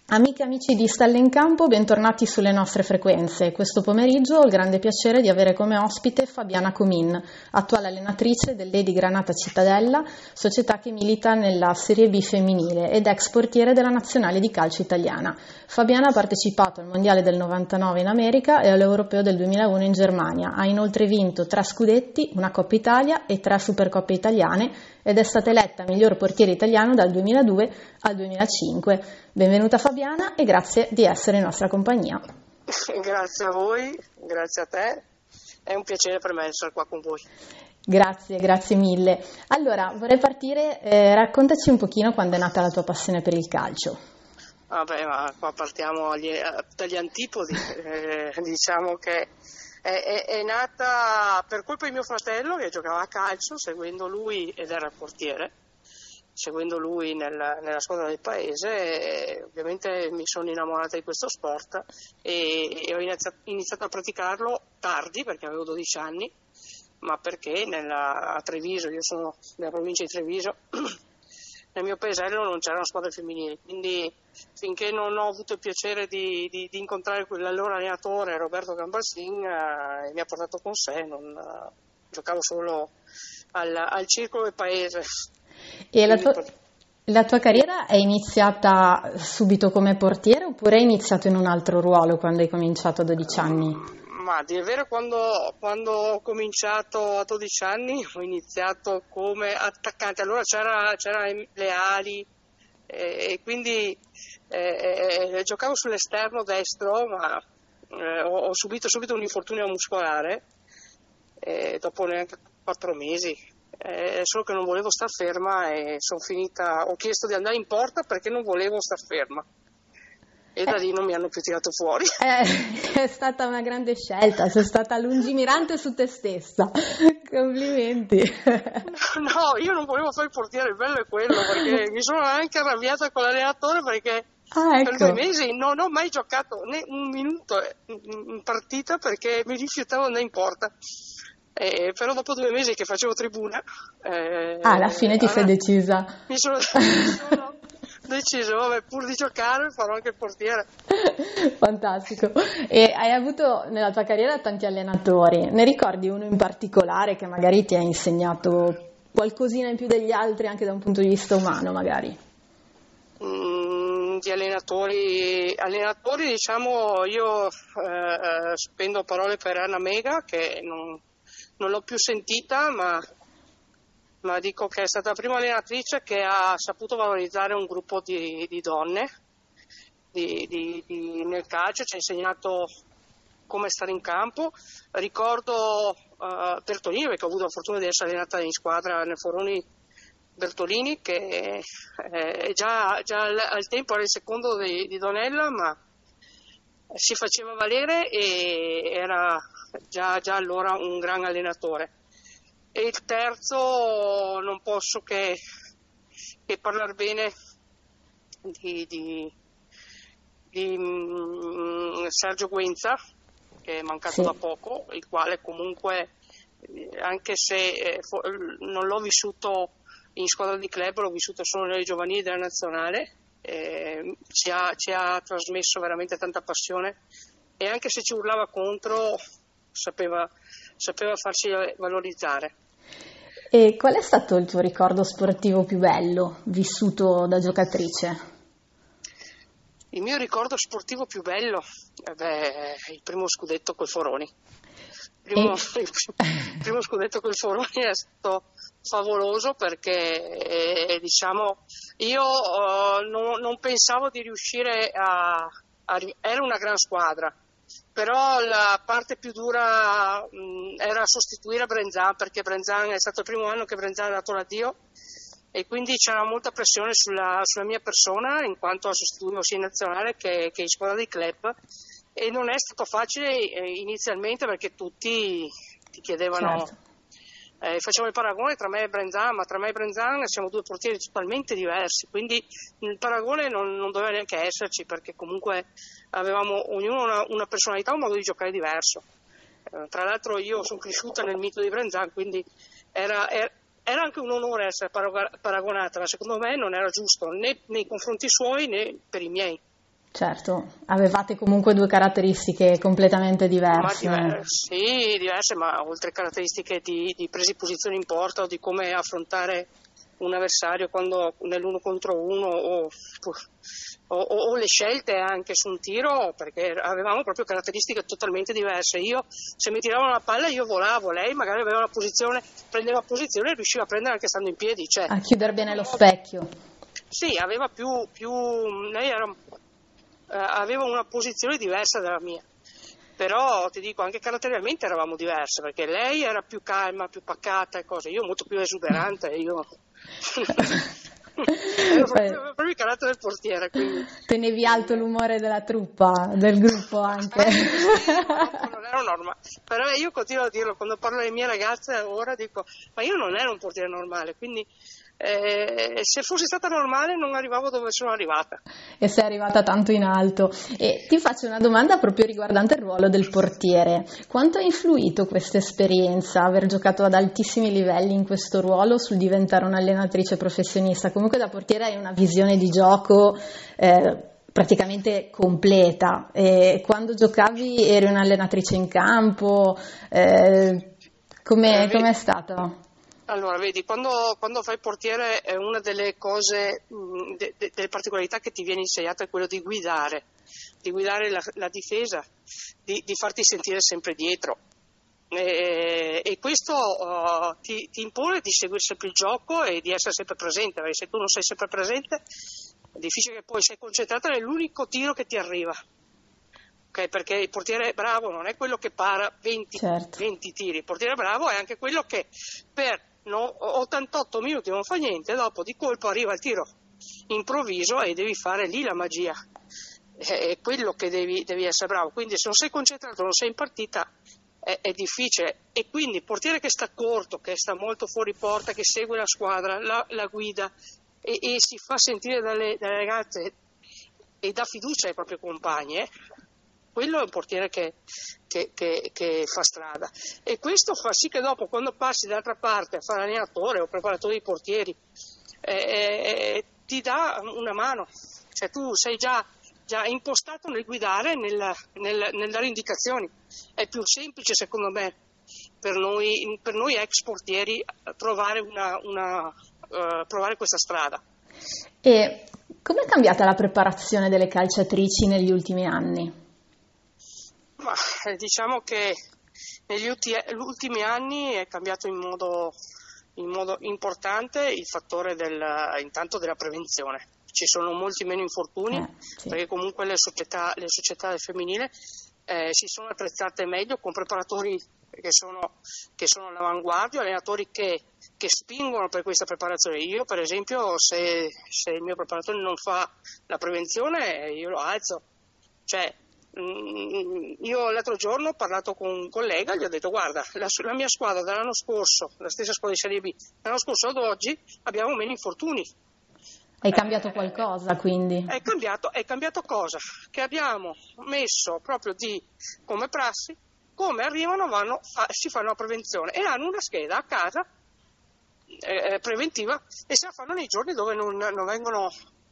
Amiche e amici di Stelle in Campo, bentornati sulle nostre frequenze. Questo pomeriggio ho il grande piacere di avere come ospite Fabiana Comin, attuale allenatrice del Lady Granata Cittadella, società che milita nella Serie B femminile ed ex portiere della nazionale di calcio italiana. Fabiana ha partecipato al Mondiale del 99 in America e all'Europeo del 2001 in Germania. Ha inoltre vinto 3 scudetti, una Coppa Italia e 3 Supercoppe italiane ed è stata eletta miglior portiere italiano dal 2002 al 2005. Benvenuta Fabiana e grazie di essere in nostra compagnia. Grazie a voi, grazie a te, è un piacere per me essere qua con voi. Grazie mille. Allora, vorrei partire, raccontaci un pochino quando è nata la tua passione per il calcio. Vabbè, ma qua partiamo dagli antipodi, diciamo che è nata per colpa di mio fratello che giocava a calcio, seguendo lui ed era portiere. Seguendo lui nella squadra del paese, ovviamente mi sono innamorata di questo sport e ho iniziato a praticarlo tardi, perché avevo 12 anni, ma perché a Treviso, io sono nella provincia di Treviso, nel mio paesello non c'erano squadre femminili, quindi finché non ho avuto il piacere di incontrare quell'allora allenatore Roberto Gambalsin, mi ha portato con sé, giocavo solo al circolo del paese. E la tua carriera è iniziata subito come portiere oppure hai iniziato in un altro ruolo quando hai cominciato a 12 anni? Ma di vero, quando ho cominciato a 12 anni ho iniziato come attaccante, allora c'era le ali e quindi giocavo sull'esterno destro, ma ho subito un infortunio muscolare dopo neanche 4 mesi. Solo che non volevo star ferma e ho chiesto di andare in porta perché non volevo star ferma e da lì non mi hanno più tirato fuori. È stata una grande scelta, sei stata lungimirante su te stessa, complimenti. No, io non volevo fare il portiere, il bello è quello, perché mi sono anche arrabbiata con l'allenatore perché ecco. Per 2 mesi non ho mai giocato né un minuto in partita perché mi rifiutavo di andare in porta. Però dopo 2 mesi che facevo tribuna alla fine ti sei decisa. Mi sono deciso, vabbè, pur di giocare farò anche il portiere. Fantastico. E hai avuto nella tua carriera tanti allenatori, ne ricordi uno in particolare che magari ti ha insegnato qualcosina in più degli altri anche da un punto di vista umano magari? Di allenatori diciamo, io spendo parole per Anna Mega che non l'ho più sentita, ma dico che è stata la prima allenatrice che ha saputo valorizzare un gruppo di donne nel calcio, ci ha insegnato come stare in campo. Ricordo Bertolini, perché ho avuto la fortuna di essere allenata in squadra nel Foroni Bertolini, che già al tempo era il secondo di Donella, ma si faceva valere e era già allora un gran allenatore. E il terzo non posso che parlare bene di Sergio Guenza, che è mancato da poco, il quale comunque, anche se non l'ho vissuto in squadra di club, l'ho vissuto solo nelle giovanili della nazionale, ci ha trasmesso veramente tanta passione e anche se ci urlava contro sapeva farci valorizzare. E qual è stato il tuo ricordo sportivo più bello vissuto da giocatrice? Il mio ricordo sportivo più bello è il primo scudetto col Foroni. Il primo scudetto col Foroni è stato favoloso perché diciamo io non pensavo di riuscire era una gran squadra, però la parte più dura era sostituire Brenzan, perché Brenzan è stato il primo anno che Brenzan ha dato l'addio e quindi c'era molta pressione sulla mia persona in quanto sostituivo sia in nazionale che in squadra di club. E non è stato facile inizialmente perché tutti ti chiedevano, certo. Facevamo il paragone tra me e Brenzan, ma tra me e Brenzan siamo 2 portieri totalmente diversi, quindi il paragone non doveva neanche esserci perché comunque avevamo ognuno una personalità, un modo di giocare diverso. Tra l'altro io sono cresciuta nel mito di Brenzan, quindi era anche un onore essere paragonata, ma secondo me non era giusto né nei confronti suoi né per i miei. Certo, avevate comunque due caratteristiche completamente diverse. Sì, diverse, ma oltre caratteristiche di presa di posizione in porta o di come affrontare un avversario quando nell'uno contro uno o le scelte anche su un tiro, perché avevamo proprio caratteristiche totalmente diverse. Io, se mi tiravano la palla, io volavo, lei magari aveva una posizione, prendeva posizione e riusciva a prendere anche stando in piedi. Cioè, a chiudere bene lo specchio. Sì, aveva lei aveva una posizione diversa dalla mia. Però ti dico, anche caratterialmente eravamo diverse, perché lei era più calma, più pacata e cose, io molto più esuberante, io ero proprio il carattere del portiere, quindi tenevi alto l'umore della truppa, del gruppo anche. Sì, non ero normale, però io continuo a dirlo, quando parlo alle mie ragazze ora dico, ma io non ero un portiere normale, quindi se fossi stata normale non arrivavo dove sono arrivata. E sei arrivata tanto in alto. E ti faccio una domanda proprio riguardante il ruolo del portiere. Quanto ha influito questa esperienza, aver giocato ad altissimi livelli in questo ruolo, sul diventare un'allenatrice professionista? Comunque da portiere hai una visione di gioco praticamente completa. E quando giocavi eri un'allenatrice in campo? Com'è stato? Allora, vedi, quando fai portiere è una delle cose, delle particolarità che ti viene insegnata è quello di guidare la difesa, di farti sentire sempre dietro. E questo ti impone di seguire sempre il gioco e di essere sempre presente, perché se tu non sei sempre presente è difficile che poi sei concentrato nell'unico tiro che ti arriva. Okay, perché il portiere bravo non è quello che para 20 tiri, il portiere bravo è anche quello che per 88 minuti non fa niente, dopo di colpo arriva il tiro improvviso e devi fare lì la magia, è quello che devi essere bravo, quindi se non sei concentrato, non sei in partita è difficile. E quindi il portiere che sta corto, che sta molto fuori porta, che segue la squadra, la guida e si fa sentire dalle ragazze e dà fiducia ai propri compagni, quello è un portiere che fa strada, e questo fa sì che dopo, quando passi dall'altra parte a fare allenatore o preparatore di portieri, ti dà una mano, cioè tu sei già impostato nel guidare, nel dare indicazioni. È più semplice, secondo me, per noi ex portieri provare questa strada. E come è cambiata la preparazione delle calciatrici negli ultimi anni? Ma diciamo che negli ultimi anni è cambiato in modo importante il fattore intanto della prevenzione. Ci sono molti meno infortuni, sì. Perché comunque le società del femminile si sono attrezzate meglio, con preparatori che sono all'avanguardia, allenatori che spingono per questa preparazione. Io, per esempio, se il mio preparatore non fa la prevenzione, io lo alzo. Cioè, io l'altro giorno ho parlato con un collega e gli ho detto: guarda, la mia squadra dall'anno scorso, la stessa squadra di Serie B, l'anno scorso ad oggi abbiamo meno infortuni. È cambiato qualcosa, quindi? È cambiato cosa? Che abbiamo messo proprio come prassi, come arrivano si fanno la prevenzione e hanno una scheda a casa preventiva e se la fanno nei giorni dove non vengono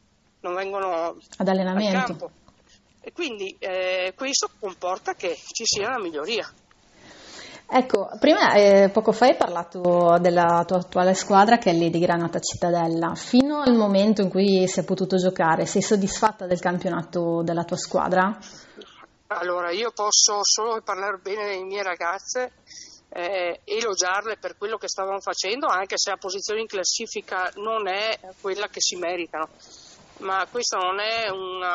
ad allenamento. Al campo. E quindi questo comporta che ci sia una miglioria. Ecco, prima poco fa hai parlato della tua attuale squadra, che è l'Edi Granata Cittadella. Fino al momento in cui si è potuto giocare, sei soddisfatta del campionato della tua squadra? Allora, io posso solo parlare bene delle mie ragazze, elogiarle per quello che stavano facendo, anche se la posizione in classifica non è quella che si meritano. Ma questa non è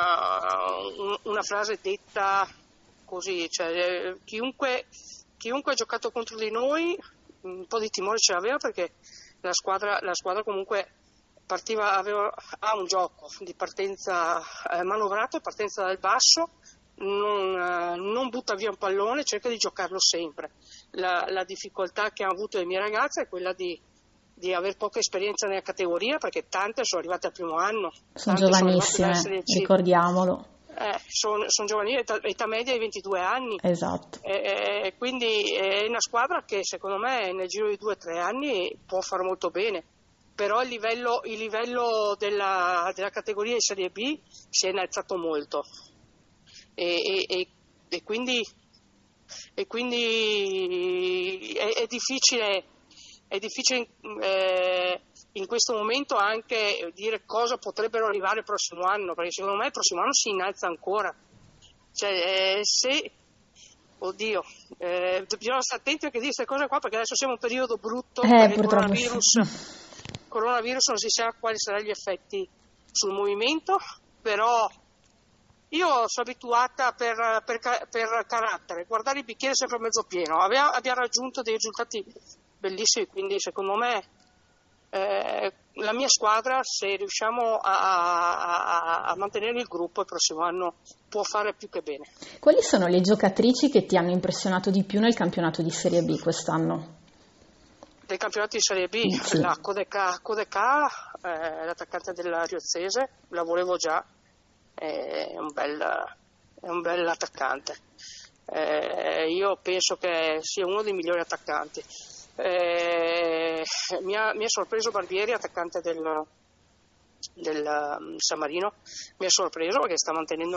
una frase detta così, cioè chiunque ha giocato contro di noi un po' di timore ce l'aveva, perché la squadra comunque ha un gioco di partenza manovrato, partenza dal basso, non butta via un pallone, cerca di giocarlo sempre. La difficoltà che hanno avuto le mie ragazze è quella di aver poca esperienza nella categoria, perché tante sono arrivate al primo anno. Sono giovanissime, ricordiamolo. Sono giovanili, età media di 22 anni. Esatto. Quindi è una squadra che secondo me nel giro di 2 o 3 anni può fare molto bene, però il livello della categoria di Serie B si è innalzato molto e quindi è difficile in questo momento anche dire cosa potrebbero arrivare il prossimo anno, perché secondo me il prossimo anno si innalza ancora. Cioè, oddio, bisogna stare attenti anche di queste cose qua, perché adesso siamo in un periodo brutto, perché il coronavirus non si sa quali saranno gli effetti sul movimento, però io sono abituata per carattere, guardare il bicchiere sempre mezzo pieno. Abbiamo raggiunto dei risultati bellissimi, quindi secondo me la mia squadra, se riusciamo a mantenere il gruppo, il prossimo anno può fare più che bene. Quali sono le giocatrici che ti hanno impressionato di più nel campionato di Serie B quest'anno? Del campionato di Serie B, sì. La Codecà, l'attaccante della Riozzese, la volevo già, è un bel attaccante. Io penso che sia uno dei migliori attaccanti. Mi ha sorpreso Barbieri, attaccante del San Marino, mi ha sorpreso perché sta mantenendo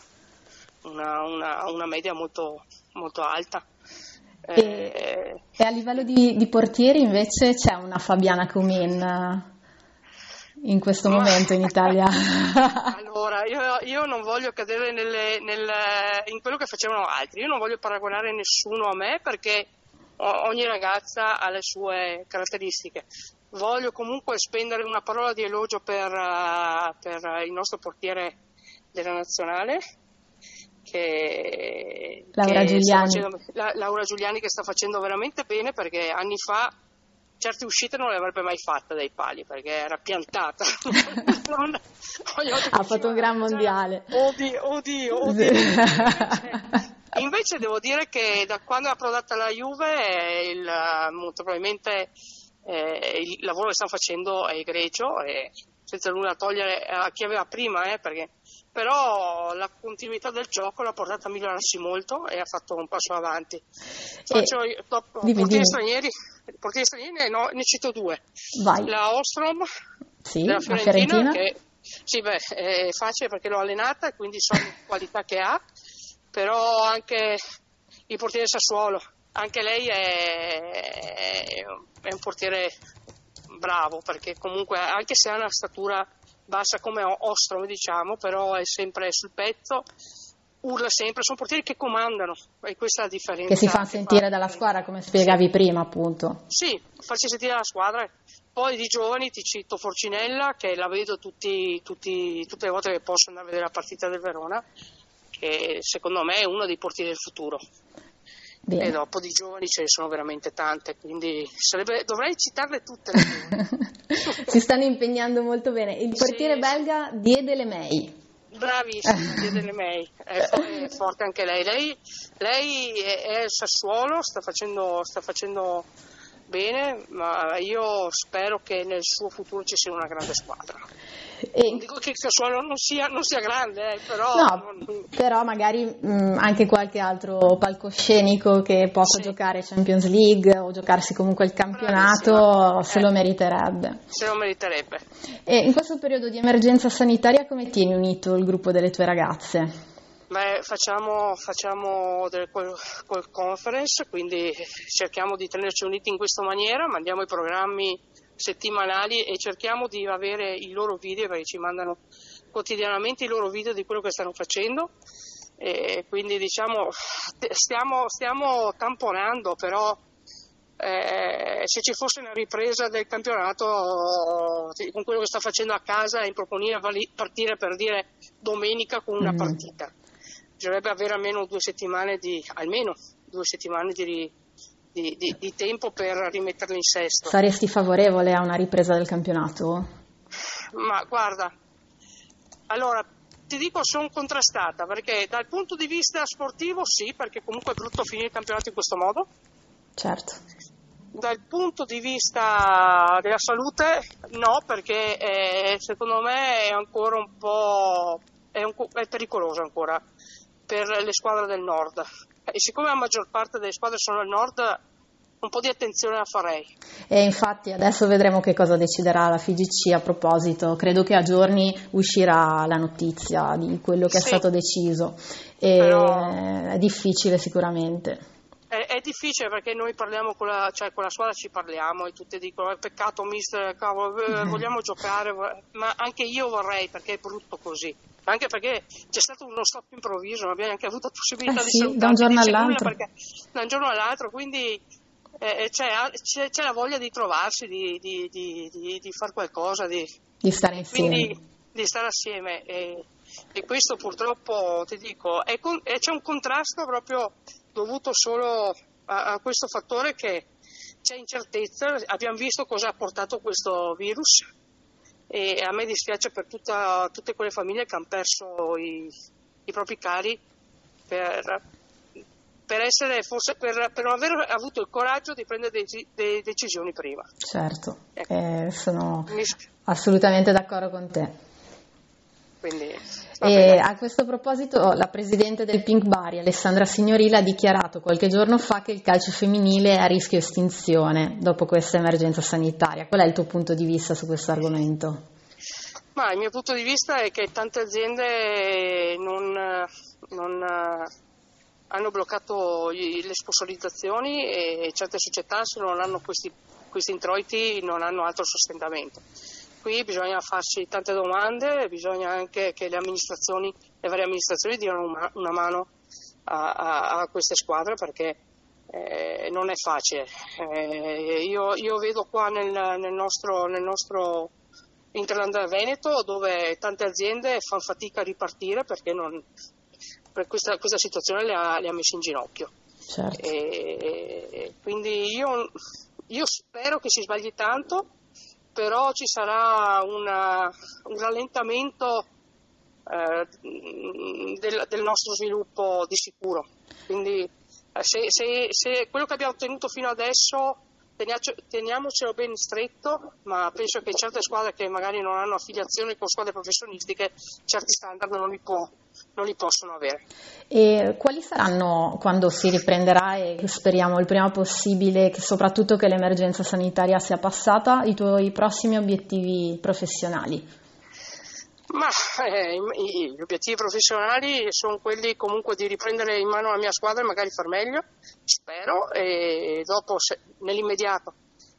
una media molto, molto alta. E a livello di portieri invece c'è una Fabiana Comin in questo momento in Italia? Allora, io non voglio cadere in quello che facevano altri, io non voglio paragonare nessuno a me, perché ogni ragazza ha le sue caratteristiche. Voglio comunque spendere una parola di elogio per il nostro portiere della nazionale, Laura Giuliani, che sta facendo veramente bene, perché anni fa certe uscite non le avrebbe mai fatte dai pali, perché era piantata. Ha fatto un gran mondiale. Oddio. Invece devo dire che da quando è approdata la Juve molto probabilmente il lavoro che stanno facendo è egregio, e senza nulla togliere a chi aveva prima, però la continuità del gioco l'ha portata a migliorarsi molto e ha fatto un passo avanti. Portieri stranieri ne cito due. Vai. La Ostrom, sì, della Fiorentina, che è facile perché l'ho allenata e quindi so le qualità che ha, però anche il portiere Sassuolo, anche lei è un portiere bravo, perché comunque anche se ha una statura bassa come Ostrom, diciamo, però è sempre sul pezzo, urla sempre, sono portieri che comandano, e questa è la differenza. Che si fa sentire dalla squadra, come spiegavi prima, appunto. Sì, farsi sentire dalla squadra. Poi di giovani ti cito Forcinella, che la vedo tutte le volte che posso andare a vedere la partita del Verona, che secondo me è uno dei portieri del futuro. Bene. E dopo di giovani ce ne sono veramente tante, quindi dovrei citarle tutte. Si stanno impegnando molto bene. Il portiere belga Diede Lemay. Bravissima, Diede Lemay, è forte anche lei. Lei è il Sassuolo, sta facendo bene, ma io spero che nel suo futuro ci sia una grande squadra. Non dico che il Sassuolo non sia grande, però... No, però magari anche qualche altro palcoscenico che possa giocare Champions League o giocarsi comunque il campionato se lo meriterebbe. Se lo meriterebbe. E in questo periodo di emergenza sanitaria come tieni unito il gruppo delle tue ragazze? Facciamo col conference, quindi cerchiamo di tenerci uniti in questa maniera, mandiamo i programmi settimanali e cerchiamo di avere i loro video, perché ci mandano quotidianamente i loro video di quello che stanno facendo, e quindi diciamo stiamo tamponando, però se ci fosse una ripresa del campionato con quello che sta facendo a casa è improponibile partire, per dire, domenica con una partita. Bisognerebbe avere almeno 2 settimane di tempo per rimetterlo in sesto. Saresti favorevole a una ripresa del campionato? Ma guarda, allora ti dico, sono contrastata, perché dal punto di vista sportivo sì, perché comunque è brutto finire il campionato in questo modo. Certo. Dal punto di vista della salute no, perché secondo me è ancora un po' è pericoloso ancora per le squadre del nord, e siccome la maggior parte delle squadre sono al nord, un po' di attenzione la farei. E infatti adesso vedremo che cosa deciderà la FIGC a proposito. Credo che a giorni uscirà la notizia di quello che è stato deciso, e però è difficile sicuramente. è difficile, perché noi parliamo con la squadra, ci parliamo e tutti dicono è peccato mister, cavolo, vogliamo giocare, ma anche io vorrei, perché è brutto così. Anche perché c'è stato uno stop improvviso, non abbiamo neanche avuto possibilità di Sì, da salutare un giorno all'altro. da un giorno all'altro, quindi c'è la voglia di trovarsi, di fare qualcosa, Di stare insieme. quindi di stare assieme, e questo purtroppo ti dico c'è un contrasto proprio dovuto solo a questo fattore, che c'è incertezza. Abbiamo visto cosa ha portato questo virus, e a me dispiace per tutte quelle famiglie che hanno perso i propri cari per essere, forse per non aver avuto il coraggio di prendere delle decisioni prima. Certo, Ecco. sono assolutamente d'accordo con te. Quindi, E a questo proposito, la presidente del Pink Bari, Alessandra Signorila, ha dichiarato qualche giorno fa che il calcio femminile è a rischio estinzione dopo questa emergenza sanitaria. Qual è il tuo punto di vista su questo argomento? Ma il mio punto di vista è che tante aziende non hanno bloccato le sponsorizzazioni, e certe società, se non hanno questi introiti, non hanno altro sostentamento. Qui bisogna farsi tante domande, bisogna anche che le varie amministrazioni diano una mano a queste squadre, perché non è facile. Io vedo qua nel nostro Interland Veneto, dove tante aziende fanno fatica a ripartire perché per questa situazione le ha messi in ginocchio. Certo. E quindi io spero che si sbagli tanto, però ci sarà un rallentamento del nostro sviluppo di sicuro. Quindi se quello che abbiamo ottenuto fino adesso teniamocelo ben stretto, ma penso che certe squadre che magari non hanno affiliazione con squadre professionistiche certi standard non li possono avere. E quali saranno, quando si riprenderà, e speriamo il prima possibile, soprattutto che l'emergenza sanitaria sia passata, i tuoi prossimi obiettivi professionali? Ma gli obiettivi professionali sono quelli comunque di riprendere in mano la mia squadra e magari far meglio, spero, e dopo nell'immediato.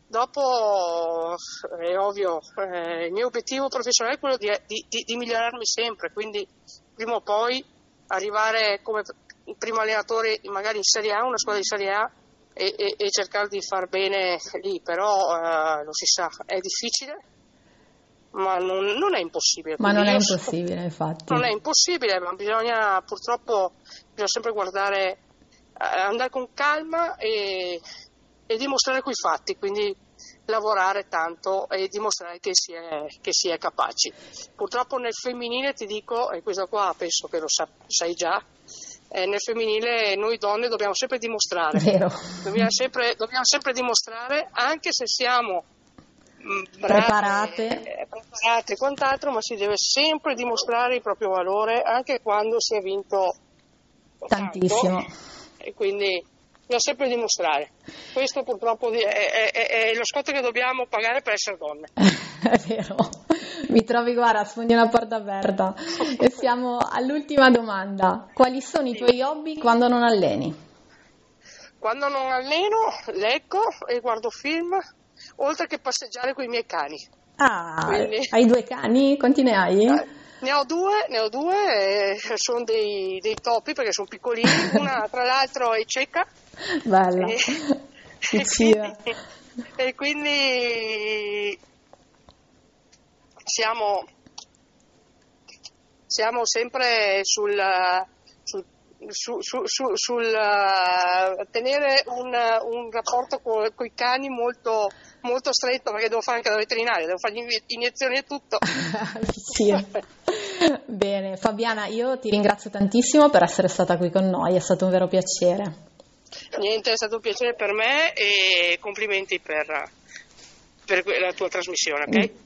Dopo è ovvio, il mio obiettivo professionale è quello di migliorarmi sempre, quindi prima o poi arrivare come primo allenatore magari in Serie A, una squadra di Serie A, e cercare di far bene lì, però lo si sa, è difficile. Ma non è impossibile. Ma non è impossibile, infatti. Non è impossibile, ma bisogna sempre guardare, andare con calma e dimostrare coi fatti, quindi lavorare tanto e dimostrare che si è capaci. Purtroppo nel femminile, ti dico, e questo qua penso che lo sai già, nel femminile noi donne dobbiamo sempre dimostrare. Vero. Dobbiamo sempre dimostrare, anche se siamo preparate e quant'altro, ma si deve sempre dimostrare il proprio valore anche quando si è vinto tantissimo tanto, e quindi bisogna sempre dimostrare. Questo purtroppo è lo scotto che dobbiamo pagare per essere donne. È vero, mi trovi, guarda, sfondi una porta aperta. E siamo all'ultima domanda: quali sono i tuoi hobby quando non alleni? Quando non alleno leggo e guardo film, oltre che passeggiare con i miei cani. Quindi, hai 2 cani? Quanti ne hai? Ne ho due, sono dei topi perché sono piccolini. Una tra l'altro è cieca. Bella. E quindi siamo sempre sul tenere un rapporto con i cani molto, molto stretto, perché devo fare anche la veterinaria, devo fare iniezioni e tutto. Bene, Fabiana, io ti ringrazio tantissimo per essere stata qui con noi, è stato un vero piacere. Niente, è stato un piacere per me, e complimenti per la tua trasmissione, ok?